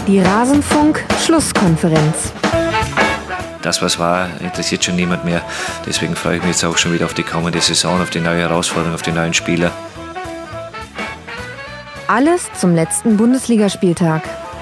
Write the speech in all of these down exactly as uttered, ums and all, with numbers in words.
Die Rasenfunk-Schlusskonferenz. Das, was war, interessiert schon niemand mehr. Deswegen freue ich mich jetzt auch schon wieder auf die kommende Saison, auf die neue Herausforderung, auf die neuen Spieler. Alles zum letzten Bundesligaspieltag.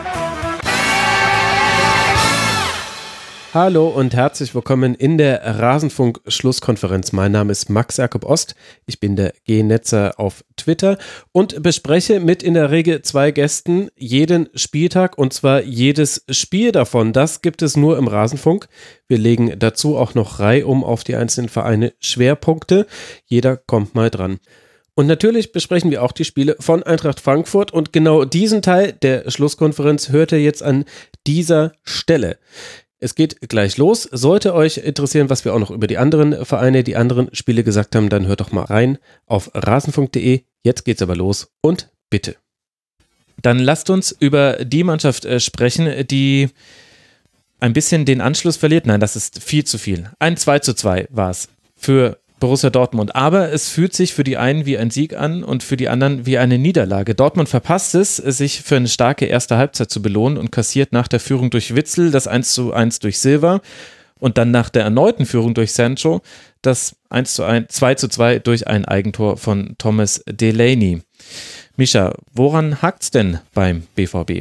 Hallo und herzlich willkommen in der Rasenfunk-Schlusskonferenz. Mein Name ist Max Jakob Ost, ich bin der G-Netzer auf Twitter und bespreche mit in der Regel zwei Gästen jeden Spieltag und zwar jedes Spiel davon. Das gibt es nur im Rasenfunk. Wir legen dazu auch noch reihum auf die einzelnen Vereine Schwerpunkte. Jeder kommt mal dran. Und natürlich besprechen wir auch die Spiele von Eintracht Frankfurt und genau diesen Teil der Schlusskonferenz hört ihr jetzt an dieser Stelle. Es geht gleich los. Sollte euch interessieren, was wir auch noch über die anderen Vereine, die anderen Spiele gesagt haben, dann hört doch mal rein auf rasenfunk punkt de. Jetzt geht's aber los und bitte. Dann lasst uns über die Mannschaft äh, sprechen, die ein bisschen den Anschluss verliert. Nein, das ist viel zu viel. Ein zwei zu zwei war es für Borussia Dortmund, aber es fühlt sich für die einen wie ein Sieg an und für die anderen wie eine Niederlage. Dortmund verpasst es, sich für eine starke erste Halbzeit zu belohnen und kassiert nach der Führung durch Witsel das eins zu eins durch Silva und dann nach der erneuten Führung durch Sancho das eins zu eins, zwei zu zwei durch ein Eigentor von Thomas Delaney. Mischa, woran hakt's denn beim B V B?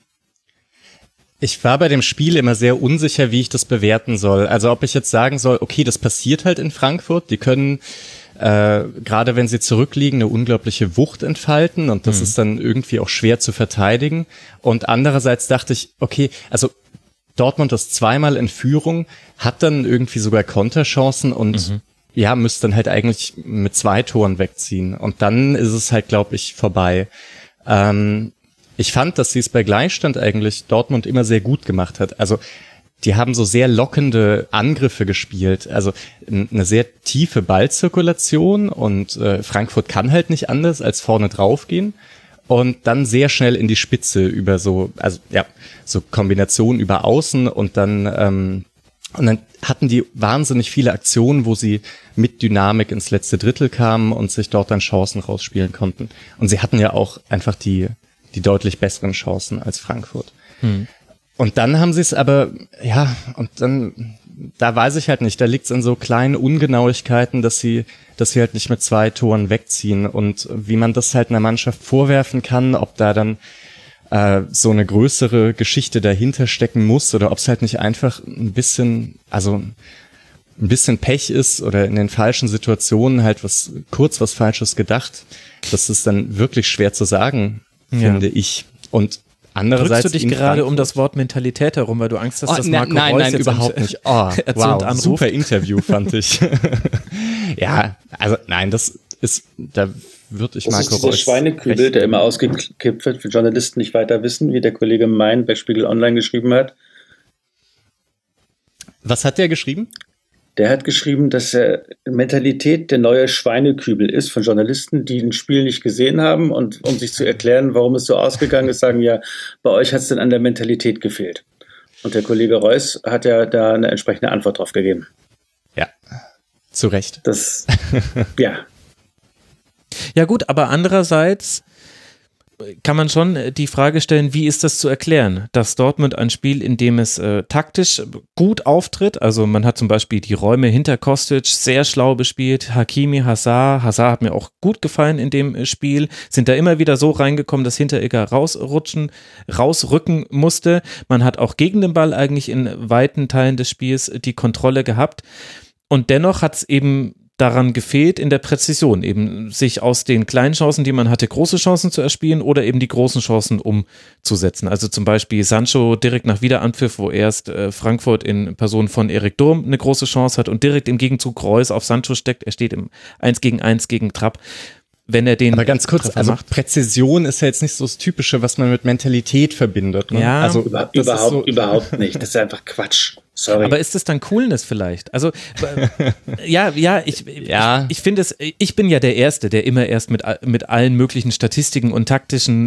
Ich war bei dem Spiel immer sehr unsicher, wie ich das bewerten soll. Also ob ich jetzt sagen soll, okay, das passiert halt in Frankfurt. Die können, äh, gerade wenn sie zurückliegen, eine unglaubliche Wucht entfalten und das mhm. ist dann irgendwie auch schwer zu verteidigen. Und andererseits dachte ich, okay, also Dortmund ist zweimal in Führung, hat dann irgendwie sogar Konterchancen und mhm. ja, müsste dann halt eigentlich mit zwei Toren wegziehen. Und dann ist es halt, glaube ich, vorbei. Ähm, Ich fand, dass sie es bei Gleichstand eigentlich Dortmund immer sehr gut gemacht hat. Also die haben so sehr lockende Angriffe gespielt, also eine sehr tiefe Ballzirkulation und äh, Frankfurt kann halt nicht anders als vorne draufgehen und dann sehr schnell in die Spitze über so, also ja, so Kombinationen über Außen und dann ähm, und dann hatten die wahnsinnig viele Aktionen, wo sie mit Dynamik ins letzte Drittel kamen und sich dort dann Chancen rausspielen konnten. Und sie hatten ja auch einfach die die deutlich besseren Chancen als Frankfurt. Hm. Und dann haben sie es aber, ja, und dann, da weiß ich halt nicht, da liegt es in so kleinen Ungenauigkeiten, dass sie, dass sie halt nicht mit zwei Toren wegziehen und wie man das halt einer Mannschaft vorwerfen kann, ob da dann äh, so eine größere Geschichte dahinter stecken muss oder ob es halt nicht einfach ein bisschen, also ein bisschen Pech ist oder in den falschen Situationen halt was, kurz was Falsches gedacht. Das ist dann wirklich schwer zu sagen, finde ja. ich. Und andererseits drückst du dich gerade Frankfurt um das Wort Mentalität herum, weil du Angst hast, oh, dass na, Marco nein, Reus nein, jetzt überhaupt nicht. Oh, wow, super Interview fand ich. Ja, also nein, das ist, da würde ich das Marco ist dieser Reus Schweinekübel, recht. der immer ausgekippt wird, für Journalisten nicht weiter wissen, wie der Kollege Mein bei Spiegel Online geschrieben hat. Was hat der geschrieben? Der hat geschrieben, dass er Mentalität der neue Schweinekübel ist von Journalisten, die ein Spiel nicht gesehen haben und um sich zu erklären, warum es so ausgegangen ist, sagen ja, bei euch hat es denn an der Mentalität gefehlt. Und der Kollege Reus hat ja da eine entsprechende Antwort drauf gegeben. Ja, zu Recht. Das, ja. Ja gut, aber andererseits kann man schon die Frage stellen, wie ist das zu erklären, dass Dortmund ein Spiel, in dem es äh, taktisch gut auftritt, also man hat zum Beispiel die Räume hinter Kostic sehr schlau bespielt, Hakimi, Hazard, Hazard hat mir auch gut gefallen in dem Spiel, sind da immer wieder so reingekommen, dass Hinteregger rausrutschen, rausrücken musste, man hat auch gegen den Ball eigentlich in weiten Teilen des Spiels die Kontrolle gehabt und dennoch hat es eben daran gefehlt in der Präzision, eben sich aus den kleinen Chancen, die man hatte, große Chancen zu erspielen oder eben die großen Chancen umzusetzen. Also zum Beispiel Sancho direkt nach Wiederanpfiff, wo erst äh, Frankfurt in Person von Erik Durm eine große Chance hat und direkt im Gegenzug Reus auf Sancho steckt. Er steht im eins gegen eins gegen Trapp. Wenn er den Aber ganz kurz, Treffer also macht. Präzision ist ja jetzt nicht so das Typische, was man mit Mentalität verbindet. Ne? Ja, also über, überhaupt, so überhaupt nicht. Das ist einfach Quatsch. Sorry. Aber ist das dann Coolness vielleicht? Also, ja, ja, ich, ja. ich, ich finde es, ich bin ja der Erste, der immer erst mit, mit allen möglichen Statistiken und taktischen äh,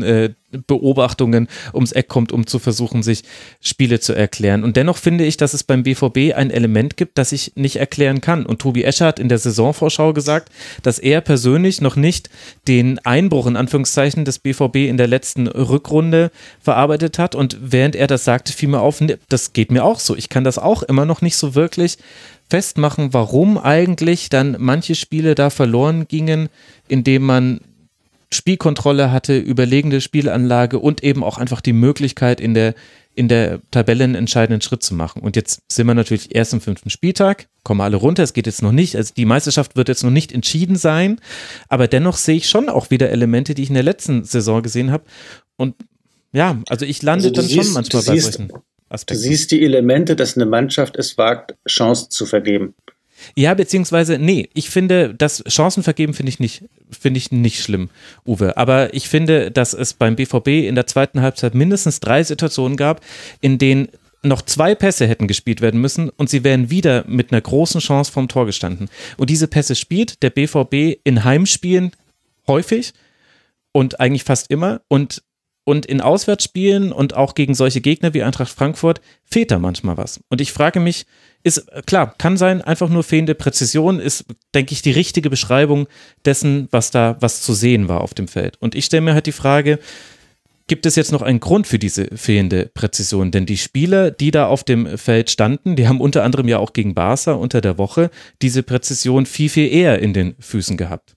Beobachtungen ums Eck kommt, um zu versuchen, sich Spiele zu erklären. Und dennoch finde ich, dass es beim B V B ein Element gibt, das ich nicht erklären kann. Und Tobi Escher hat in der Saisonvorschau gesagt, dass er persönlich noch nicht den Einbruch in Anführungszeichen des B V B in der letzten Rückrunde verarbeitet hat. Und während er das sagte, fiel mir auf, das geht mir auch so. Ich kann das auch immer noch nicht so wirklich festmachen, warum eigentlich dann manche Spiele da verloren gingen, indem man Spielkontrolle hatte, überlegene Spielanlage und eben auch einfach die Möglichkeit, in der, in der Tabelle einen entscheidenden Schritt zu machen. Und jetzt sind wir natürlich erst im fünften Spieltag, kommen alle runter, es geht jetzt noch nicht, also die Meisterschaft wird jetzt noch nicht entschieden sein, aber dennoch sehe ich schon auch wieder Elemente, die ich in der letzten Saison gesehen habe. Und ja, also ich lande also dann siehst, schon manchmal bei siehst, solchen Aspekten. Du siehst die Elemente, dass eine Mannschaft es wagt, Chancen zu vergeben. Ja, beziehungsweise, nee, ich finde, das Chancenvergeben finde ich nicht, finde ich nicht schlimm, Uwe. Aber ich finde, dass es beim B V B in der zweiten Halbzeit mindestens drei Situationen gab, in denen noch zwei Pässe hätten gespielt werden müssen und sie wären wieder mit einer großen Chance vorm Tor gestanden. Und diese Pässe spielt der B V B in Heimspielen häufig und eigentlich fast immer und Und in Auswärtsspielen und auch gegen solche Gegner wie Eintracht Frankfurt fehlt da manchmal was. Und ich frage mich, ist, klar, kann sein, einfach nur fehlende Präzision ist, denke ich, die richtige Beschreibung dessen, was da, was zu sehen war auf dem Feld. Und ich stelle mir halt die Frage, gibt es jetzt noch einen Grund für diese fehlende Präzision? Denn die Spieler, die da auf dem Feld standen, die haben unter anderem ja auch gegen Barca unter der Woche diese Präzision viel, viel eher in den Füßen gehabt.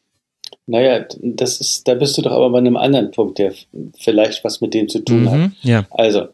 Naja, das ist, da bist du doch aber bei einem anderen Punkt, der vielleicht was mit dem zu tun mhm, hat. Ja. Also,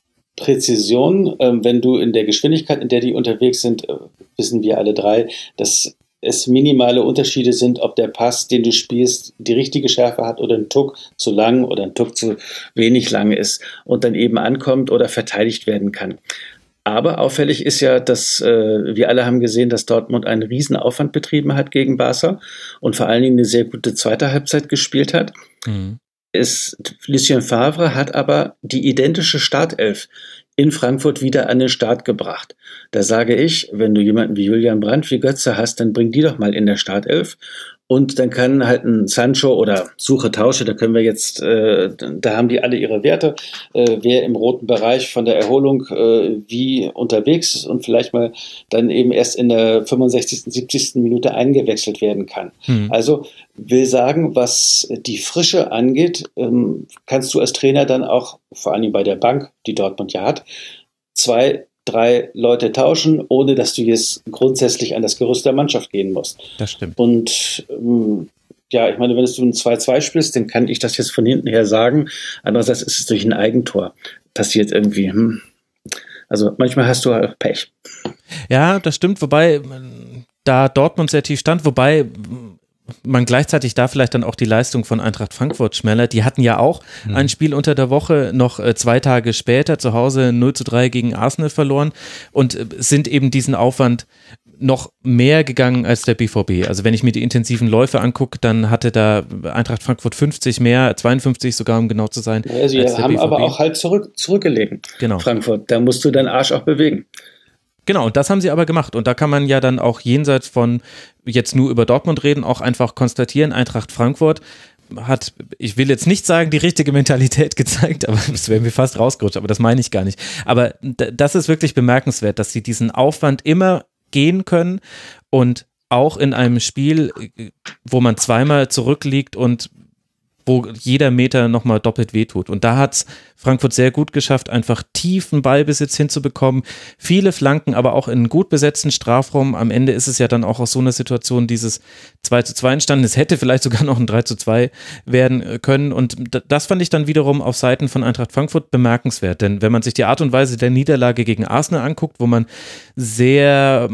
Präzision, äh, wenn du in der Geschwindigkeit, in der die unterwegs sind, äh, wissen wir alle drei, dass es minimale Unterschiede sind, ob der Pass, den du spielst, die richtige Schärfe hat oder ein Tuck zu lang oder ein Tuck zu wenig lang ist und dann eben ankommt oder verteidigt werden kann. Aber auffällig ist ja, dass äh, wir alle haben gesehen, dass Dortmund einen riesen Aufwand betrieben hat gegen Barca und vor allen Dingen eine sehr gute zweite Halbzeit gespielt hat. Mhm. Es, Lucien Favre hat aber die identische Startelf in Frankfurt wieder an den Start gebracht. Da sage ich, wenn du jemanden wie Julian Brandt, wie Götze hast, dann bring die doch mal in der Startelf. Und dann kann halt ein Sancho oder Suche, Tausche, da können wir jetzt, äh, da haben die alle ihre Werte, äh, wer im roten Bereich von der Erholung äh, wie unterwegs ist und vielleicht mal dann eben erst in der fünfundsechzigsten, siebzigsten Minute eingewechselt werden kann. Hm. Also will sagen, was die Frische angeht, ähm, kannst du als Trainer dann auch, vor allem bei der Bank, die Dortmund ja hat, zwei drei Leute tauschen, ohne dass du jetzt grundsätzlich an das Gerüst der Mannschaft gehen musst. Das stimmt. Und ähm, ja, ich meine, wenn du ein zwei zwei spielst, dann kann ich das jetzt von hinten her sagen. Andererseits ist es durch ein Eigentor passiert irgendwie. Hm. Also manchmal hast du halt Pech. Ja, das stimmt, wobei da Dortmund sehr tief stand, wobei man gleichzeitig da vielleicht dann auch die Leistung von Eintracht Frankfurt schmälert. Die hatten ja auch mhm. ein Spiel unter der Woche noch äh, zwei Tage später zu Hause null zu drei gegen Arsenal verloren und äh, sind eben diesen Aufwand noch mehr gegangen als der B V B. Also wenn ich mir die intensiven Läufe angucke, dann hatte da Eintracht Frankfurt fünfzig mehr, zweiundfünfzig sogar, um genau zu sein. Ja, sie als der haben B V B. Aber auch halt zurück, zurückgelegen. Genau. Frankfurt, da musst du deinen Arsch auch bewegen. Genau, und das haben sie aber gemacht. Und da kann man ja dann auch jenseits von jetzt nur über Dortmund reden, auch einfach konstatieren, Eintracht Frankfurt hat, ich will jetzt nicht sagen, die richtige Mentalität gezeigt, aber das wäre mir fast rausgerutscht, aber das meine ich gar nicht. Aber das ist wirklich bemerkenswert, dass sie diesen Aufwand immer gehen können und auch in einem Spiel, wo man zweimal zurückliegt und wo jeder Meter nochmal doppelt wehtut. Und da hat es Frankfurt sehr gut geschafft, einfach tiefen Ballbesitz hinzubekommen. Viele Flanken, aber auch in gut besetzten Strafraum. Am Ende ist es ja dann auch aus so einer Situation dieses zwei zu zwei entstanden. Es hätte vielleicht sogar noch ein drei zu zwei werden können. Und das fand ich dann wiederum auf Seiten von Eintracht Frankfurt bemerkenswert. Denn wenn man sich die Art und Weise der Niederlage gegen Arsenal anguckt, wo man sehr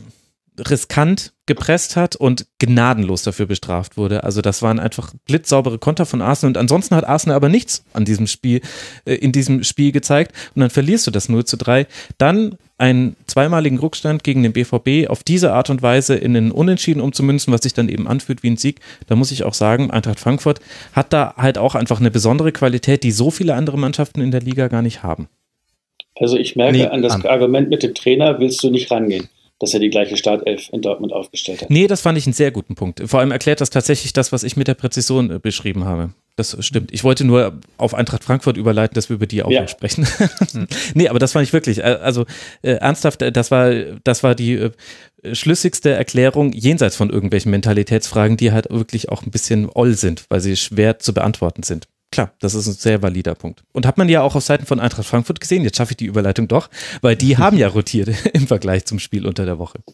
riskant gepresst hat und gnadenlos dafür bestraft wurde. Also das waren einfach blitzsaubere Konter von Arsenal und ansonsten hat Arsenal aber nichts an diesem Spiel, äh, in diesem Spiel gezeigt und dann verlierst du das null zu drei. Dann einen zweimaligen Rückstand gegen den B V B auf diese Art und Weise in den Unentschieden umzumünzen, was sich dann eben anfühlt wie ein Sieg. Da muss ich auch sagen, Eintracht Frankfurt hat da halt auch einfach eine besondere Qualität, die so viele andere Mannschaften in der Liga gar nicht haben. Also ich merke, nee, an das an. Argument mit dem Trainer willst du nicht rangehen. dass er die gleiche Startelf in Dortmund aufgestellt hat. Nee, das fand ich einen sehr guten Punkt. Vor allem erklärt das tatsächlich das, was ich mit der Präzision äh, beschrieben habe. Das stimmt. Ich wollte nur auf Eintracht Frankfurt überleiten, dass wir über die auch ja. sprechen. Nee, aber das fand ich wirklich, also äh, ernsthaft, das war, das war die äh, schlüssigste Erklärung jenseits von irgendwelchen Mentalitätsfragen, die halt wirklich auch ein bisschen oll sind, weil sie schwer zu beantworten sind. Klar, das ist ein sehr valider Punkt. Und hat man ja auch auf Seiten von Eintracht Frankfurt gesehen, jetzt schaffe ich die Überleitung doch, weil die haben ja rotiert im Vergleich zum Spiel unter der Woche.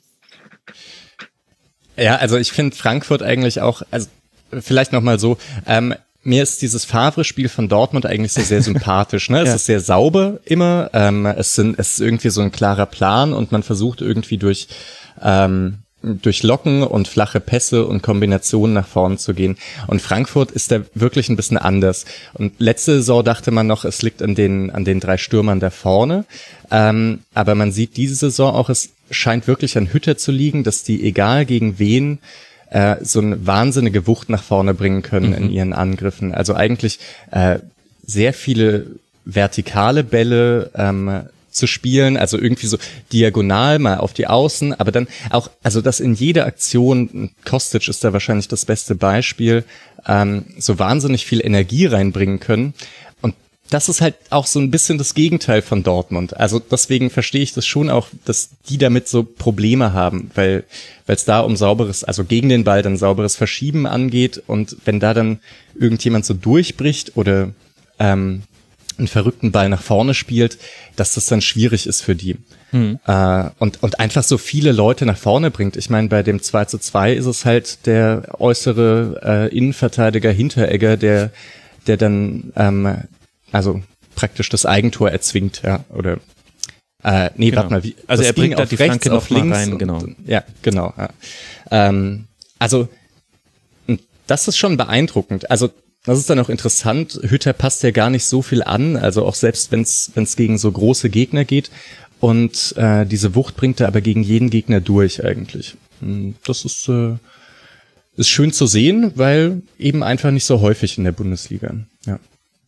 Ja, also ich finde Frankfurt eigentlich auch, also vielleicht nochmal so, ähm, mir ist dieses Favre-Spiel von Dortmund eigentlich so sehr sympathisch. Ne? Es ja. ist sehr sauber immer. Ähm, es, sind, es ist irgendwie so ein klarer Plan und man versucht irgendwie durch ähm, durch Locken und flache Pässe und Kombinationen nach vorne zu gehen. Und Frankfurt ist da wirklich ein bisschen anders. Und letzte Saison dachte man noch, es liegt an den an den drei Stürmern da vorne. Ähm, aber man sieht diese Saison auch, es scheint wirklich an Hütter zu liegen, dass die, egal gegen wen, äh, so eine wahnsinnige Wucht nach vorne bringen können mhm. in ihren Angriffen. Also eigentlich äh, sehr viele vertikale Bälle ähm, zu spielen, also irgendwie so diagonal mal auf die Außen, aber dann auch, also das in jeder Aktion, Kostic ist da wahrscheinlich das beste Beispiel, ähm, so wahnsinnig viel Energie reinbringen können. Und das ist halt auch so ein bisschen das Gegenteil von Dortmund. Also deswegen verstehe ich das schon auch, dass die damit so Probleme haben, weil weil es da um sauberes, also gegen den Ball dann sauberes Verschieben angeht, und wenn da dann irgendjemand so durchbricht oder ähm, einen verrückten Ball nach vorne spielt, dass das dann schwierig ist für die. Hm. Äh, und und einfach so viele Leute nach vorne bringt. Ich meine, bei dem zwei zu zwei ist es halt der äußere äh, Innenverteidiger Hinteregger, der der dann ähm, also praktisch das Eigentor erzwingt, ja, oder äh, nee, genau. warte mal, wie, also er bringt da die rechts, Flanke auf links rein, genau. Und, ja, genau. Ja. Ähm, also das ist schon beeindruckend. Also das ist dann auch interessant. Hütter passt ja gar nicht so viel an, also auch selbst wenn es wenn es gegen so große Gegner geht. Und äh, diese Wucht bringt er aber gegen jeden Gegner durch eigentlich. Das ist äh, ist schön zu sehen, weil eben einfach nicht so häufig in der Bundesliga. Ja.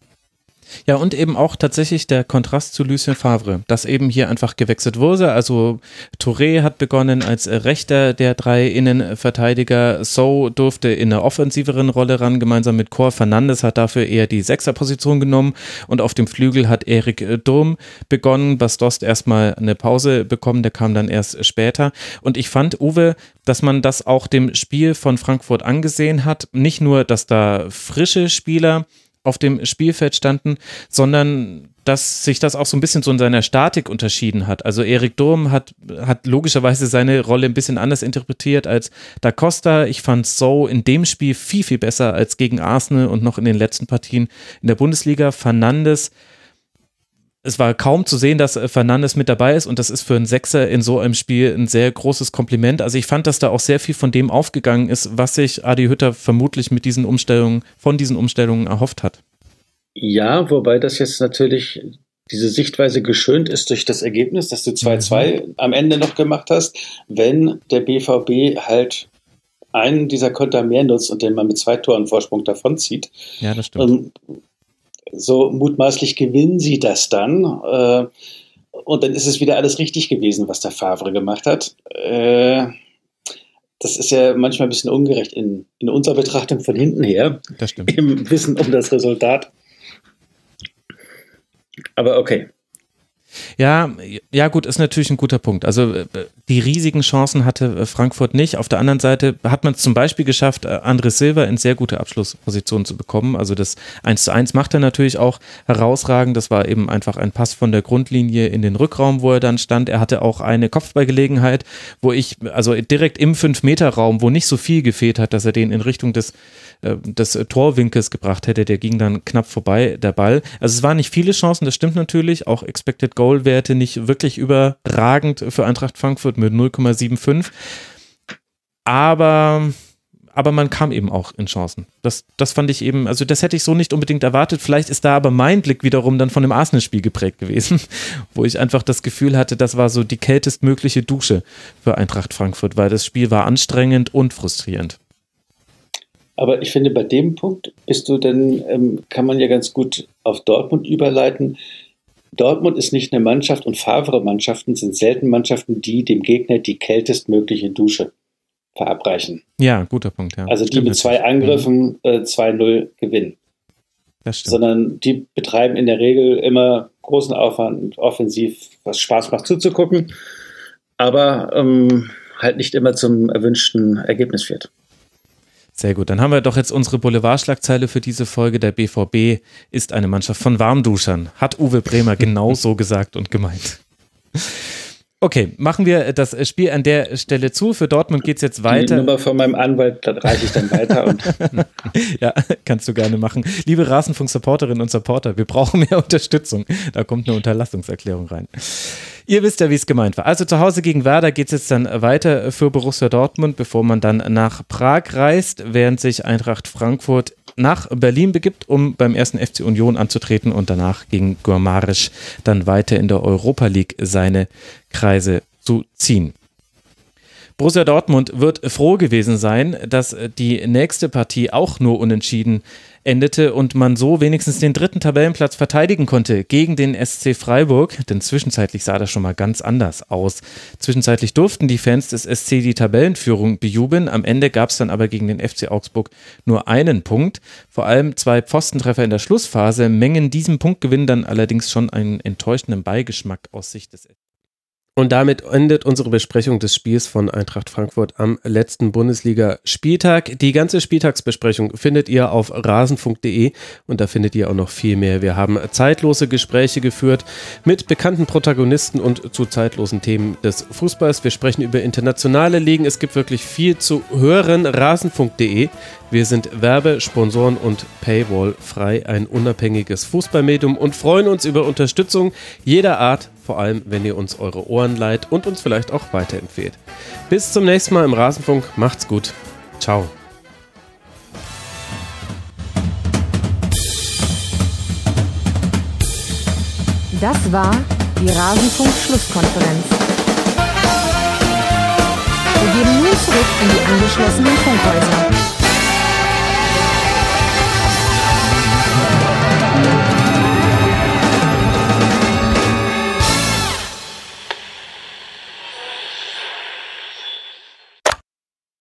Ja, und eben auch tatsächlich der Kontrast zu Lucien Favre, dass eben hier einfach gewechselt wurde. Also Touré hat begonnen als rechter der drei Innenverteidiger. So durfte in einer offensiveren Rolle ran, gemeinsam mit Cor. Fernandes hat dafür eher die Sechserposition genommen, und auf dem Flügel hat Erik Durm begonnen. Bas Dost erstmal eine Pause bekommen, der kam dann erst später. Und ich fand, Uwe, dass man das auch dem Spiel von Frankfurt angesehen hat. Nicht nur, dass da frische Spieler auf dem Spielfeld standen, sondern dass sich das auch so ein bisschen so in seiner Statik unterschieden hat. Also Erik Durm hat, hat logischerweise seine Rolle ein bisschen anders interpretiert als Da Costa. Ich fand So in dem Spiel viel, viel besser als gegen Arsenal und noch in den letzten Partien in der Bundesliga. Fernandes, es war kaum zu sehen, dass Fernandes mit dabei ist, und das ist für einen Sechser in so einem Spiel ein sehr großes Kompliment. Also ich fand, dass da auch sehr viel von dem aufgegangen ist, was sich Adi Hütter vermutlich mit diesen Umstellungen, von diesen Umstellungen erhofft hat. Ja, wobei das jetzt natürlich diese Sichtweise geschönt ist durch das Ergebnis, dass du zwei zwei mhm. am Ende noch gemacht hast, wenn der B V B halt einen dieser Konter mehr nutzt und den man mit zwei Toren Vorsprung davonzieht. Ja, das stimmt. Und so mutmaßlich gewinnen sie das dann, äh, und dann ist es wieder alles richtig gewesen, was der Favre gemacht hat. Äh, das ist ja manchmal ein bisschen ungerecht in, in unserer Betrachtung von hinten her, das stimmt. Im Wissen um das Resultat. Aber okay. Ja, ja gut, ist natürlich ein guter Punkt. Also die riesigen Chancen hatte Frankfurt nicht. Auf der anderen Seite hat man es zum Beispiel geschafft, André Silva in sehr gute Abschlussposition zu bekommen. Also das eins zu eins macht er natürlich auch herausragend. Das war eben einfach ein Pass von der Grundlinie in den Rückraum, wo er dann stand. Er hatte auch eine Kopfballgelegenheit, wo ich, also direkt im fünf Meter Raum, wo nicht so viel gefehlt hat, dass er den in Richtung des des Torwinkels gebracht hätte, der ging dann knapp vorbei, der Ball. Also es waren nicht viele Chancen, das stimmt natürlich, auch Expected Goal Werte nicht wirklich überragend für Eintracht Frankfurt mit null Komma fünfundsiebzig, aber aber man kam eben auch in Chancen. Das, das fand ich eben, also das hätte ich so nicht unbedingt erwartet. Vielleicht ist da aber mein Blick wiederum dann von dem Arsenal-Spiel geprägt gewesen, wo ich einfach das Gefühl hatte, das war so die kältestmögliche Dusche für Eintracht Frankfurt, weil das Spiel war anstrengend und frustrierend. Aber ich finde, bei dem Punkt bist du denn, ähm, kann man ja ganz gut auf Dortmund überleiten. Dortmund ist nicht eine Mannschaft und Favre-Mannschaften sind selten Mannschaften, die dem Gegner die kältestmögliche Dusche verabreichen. Ja, guter Punkt. Ja. Also die Stimmt mit zwei natürlich. Angriffen äh, zwei null gewinnen. Das stimmt. Sondern die betreiben in der Regel immer großen Aufwand, offensiv, was Spaß macht zuzugucken, aber ähm, halt nicht immer zum erwünschten Ergebnis führt. Sehr gut, dann haben wir doch jetzt unsere Boulevardschlagzeile für diese Folge. Der B V B ist eine Mannschaft von Warmduschern. Hat Uwe Bremer genau so gesagt und gemeint. Okay, machen wir das Spiel an der Stelle zu. Für Dortmund geht es jetzt weiter. Die Nummer von meinem Anwalt, da reiche ich dann weiter. Und ja, kannst du gerne machen. Liebe Rasenfunk-Supporterinnen und Supporter, wir brauchen mehr Unterstützung. Da kommt eine Unterlassungserklärung rein. Ihr wisst ja, wie es gemeint war. Also zu Hause gegen Werder geht es jetzt dann weiter für Borussia Dortmund, bevor man dann nach Prag reist, während sich Eintracht Frankfurt nach Berlin begibt, um beim ersten F C Union anzutreten und danach gegen Guimaraes dann weiter in der Europa League seine Kreise zu ziehen. Borussia Dortmund wird froh gewesen sein, dass die nächste Partie auch nur unentschieden endete und man so wenigstens den dritten Tabellenplatz verteidigen konnte gegen den S C Freiburg, denn zwischenzeitlich sah das schon mal ganz anders aus. Zwischenzeitlich durften die Fans des S C die Tabellenführung bejubeln, am Ende gab es dann aber gegen den F C Augsburg nur einen Punkt. Vor allem zwei Pfostentreffer in der Schlussphase mengen diesem Punktgewinn dann allerdings schon einen enttäuschenden Beigeschmack aus Sicht des S C. Und damit endet unsere Besprechung des Spiels von Eintracht Frankfurt am letzten Bundesliga-Spieltag. Die ganze Spieltagsbesprechung findet ihr auf rasenfunk punkt de und da findet ihr auch noch viel mehr. Wir haben zeitlose Gespräche geführt mit bekannten Protagonisten und zu zeitlosen Themen des Fußballs. Wir sprechen über internationale Ligen. Es gibt wirklich viel zu hören. rasenfunk punkt de. Wir sind Werbe-, Sponsoren- und Paywall-frei, ein unabhängiges Fußballmedium und freuen uns über Unterstützung jeder Art, vor allem wenn ihr uns eure Ohren leiht und uns vielleicht auch weiterempfehlt. Bis zum nächsten Mal im Rasenfunk. Macht's gut. Ciao. Das war die Rasenfunk-Schlusskonferenz. Wir gehen nun zurück in die angeschlossenen